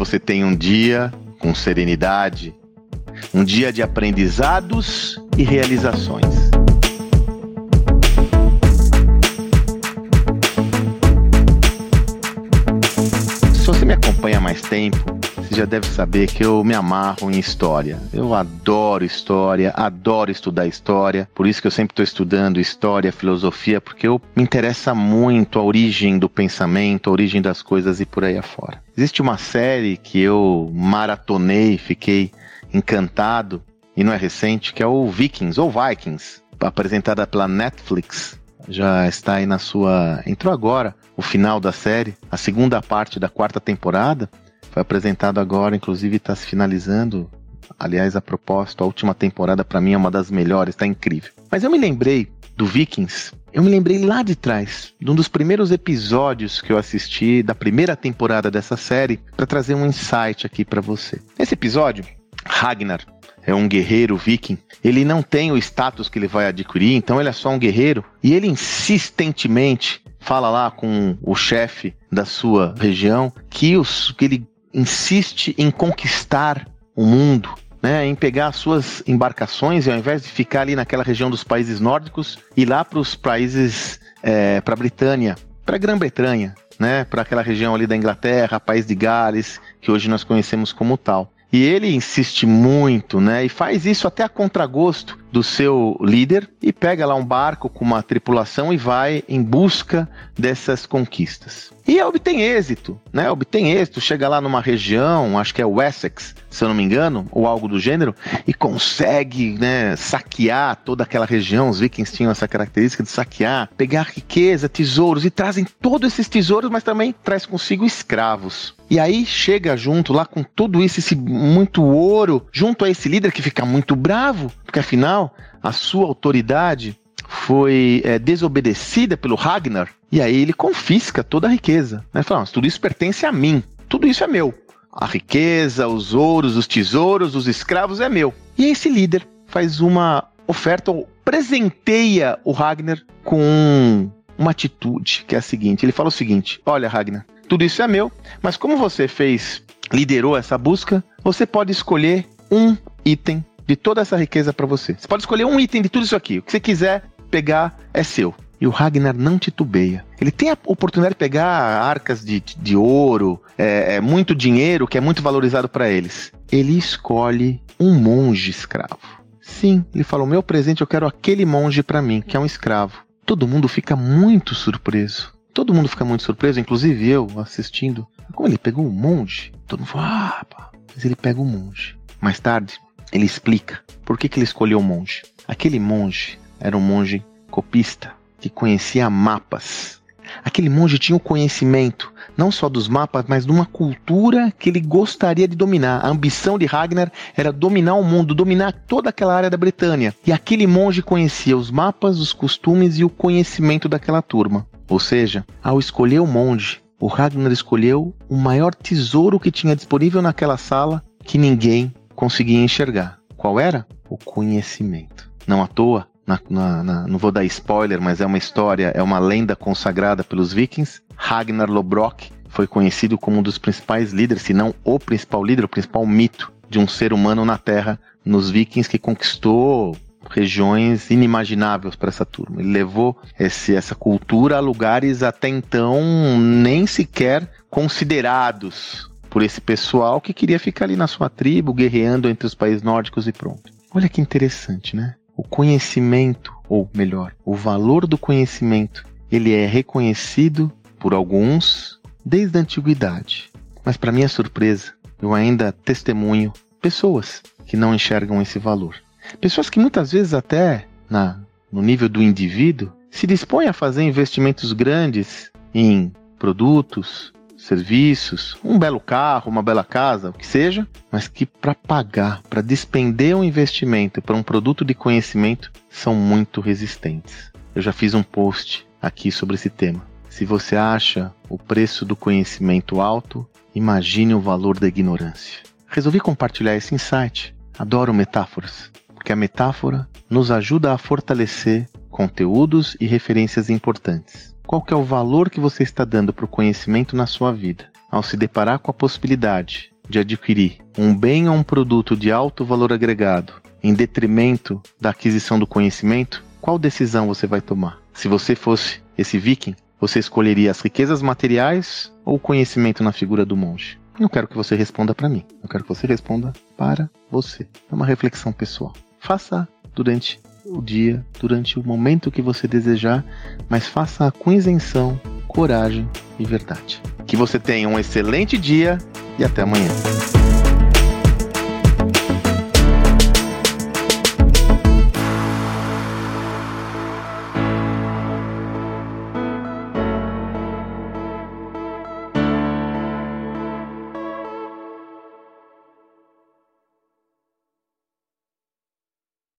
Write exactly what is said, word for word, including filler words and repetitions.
você tenha um dia com serenidade, um dia de aprendizados e realizações. Se você me acompanha há mais tempo, você já deve saber que eu me amarro em história. Eu adoro história, adoro estudar história. Por isso que eu sempre estou estudando história, filosofia, porque eu, me interessa muito a origem do pensamento, a origem das coisas e por aí afora. Existe uma série que eu maratonei, fiquei encantado, e não é recente, que é o Vikings, ou Vikings, apresentada pela Netflix. Já está aí na sua... Entrou agora o final da série, a segunda parte da quarta temporada. Foi apresentado agora, inclusive está se finalizando. Aliás, a propósito, a última temporada para mim é uma das melhores, está incrível. Mas eu me lembrei do Vikings, eu me lembrei lá de trás, de um dos primeiros episódios que eu assisti da primeira temporada dessa série, para trazer um insight aqui para você. Nesse episódio, Ragnar é um guerreiro viking, ele não tem o status que ele vai adquirir, então ele é só um guerreiro, e ele insistentemente fala lá com o chefe da sua região que, os, que ele insiste em conquistar o mundo, né, em pegar as suas embarcações e ao invés de ficar ali naquela região dos países nórdicos, ir lá para os países, é, para a Britânia, para a Grã-Bretanha, né, para aquela região ali da Inglaterra, país de Gales, que hoje nós conhecemos como tal. E ele insiste muito, né, e faz isso até a contragosto do seu líder e pega lá um barco com uma tripulação e vai em busca dessas conquistas. E obtém êxito, né, obtém êxito, chega lá numa região, acho que é o Wessex, se eu não me engano, ou algo do gênero, e consegue, né, saquear toda aquela região. Os vikings tinham essa característica de saquear, pegar riqueza, tesouros, e trazem todos esses tesouros, mas também traz consigo escravos. E aí chega junto lá com tudo isso, esse muito ouro, junto a esse líder que fica muito bravo, porque afinal a sua autoridade foi é, desobedecida pelo Ragnar, e aí ele confisca toda a riqueza, né? Fala, mas tudo isso pertence a mim, tudo isso é meu. A riqueza, os ouros, os tesouros, os escravos é meu. E esse líder faz uma oferta, ou presenteia o Ragnar com uma atitude, que é a seguinte, ele fala o seguinte: olha, Ragnar, tudo isso é meu, mas como você fez, liderou essa busca, você pode escolher um item de toda essa riqueza para você. Você pode escolher um item de tudo isso aqui. O que você quiser pegar é seu. E o Ragnar não titubeia. Ele tem a oportunidade de pegar arcas de, de ouro, é, é muito dinheiro que é muito valorizado para eles. Ele escolhe um monge escravo. Sim, ele fala, o meu presente eu quero aquele monge para mim, que é um escravo. Todo mundo fica muito surpreso. Todo mundo fica muito surpreso, inclusive eu assistindo. Como ele pegou um monge? Todo mundo fala, ah, pá. Mas ele pega um monge. Mais tarde, ele explica por que, que ele escolheu o monge. Aquele monge era um monge copista, que conhecia mapas. Aquele monge tinha o conhecimento, não só dos mapas, mas de uma cultura que ele gostaria de dominar. A ambição de Ragnar era dominar o mundo, dominar toda aquela área da Bretanha. E aquele monge conhecia os mapas, os costumes e o conhecimento daquela turma. Ou seja, ao escolher o monge, o Ragnar escolheu o maior tesouro que tinha disponível naquela sala que ninguém conseguia enxergar. Qual era? O conhecimento. Não à toa, na, na, na, não vou dar spoiler, mas é uma história, é uma lenda consagrada pelos vikings. Ragnar Lodbrok foi conhecido como um dos principais líderes, se não o principal líder, o principal mito de um ser humano na Terra, nos vikings, que conquistou regiões inimagináveis para essa turma. Ele levou esse, essa cultura a lugares até então nem sequer considerados por esse pessoal que queria ficar ali na sua tribo, guerreando entre os países nórdicos e pronto. Olha que interessante, né? O conhecimento, ou melhor, o valor do conhecimento, ele é reconhecido por alguns desde a antiguidade. Mas para minha surpresa, eu ainda testemunho pessoas que não enxergam esse valor. Pessoas que muitas vezes até na, no nível do indivíduo se dispõem a fazer investimentos grandes em produtos, serviços, um belo carro, uma bela casa, o que seja, mas que para pagar, para despender um investimento para um produto de conhecimento, são muito resistentes. Eu já fiz um post aqui sobre esse tema. Se você acha o preço do conhecimento alto, imagine o valor da ignorância. Resolvi compartilhar esse insight. Adoro metáforas, porque a metáfora nos ajuda a fortalecer conteúdos e referências importantes. Qual que é o valor que você está dando para o conhecimento na sua vida, ao se deparar com a possibilidade de adquirir um bem ou um produto de alto valor agregado em detrimento da aquisição do conhecimento, qual decisão você vai tomar? Se você fosse esse viking, você escolheria as riquezas materiais ou o conhecimento na figura do monge? Eu quero que você responda para mim. Eu quero que você responda para você. É uma reflexão pessoal. Faça durante o dia, durante o momento que você desejar, mas faça com isenção, coragem e verdade. Que você tenha um excelente dia e até amanhã.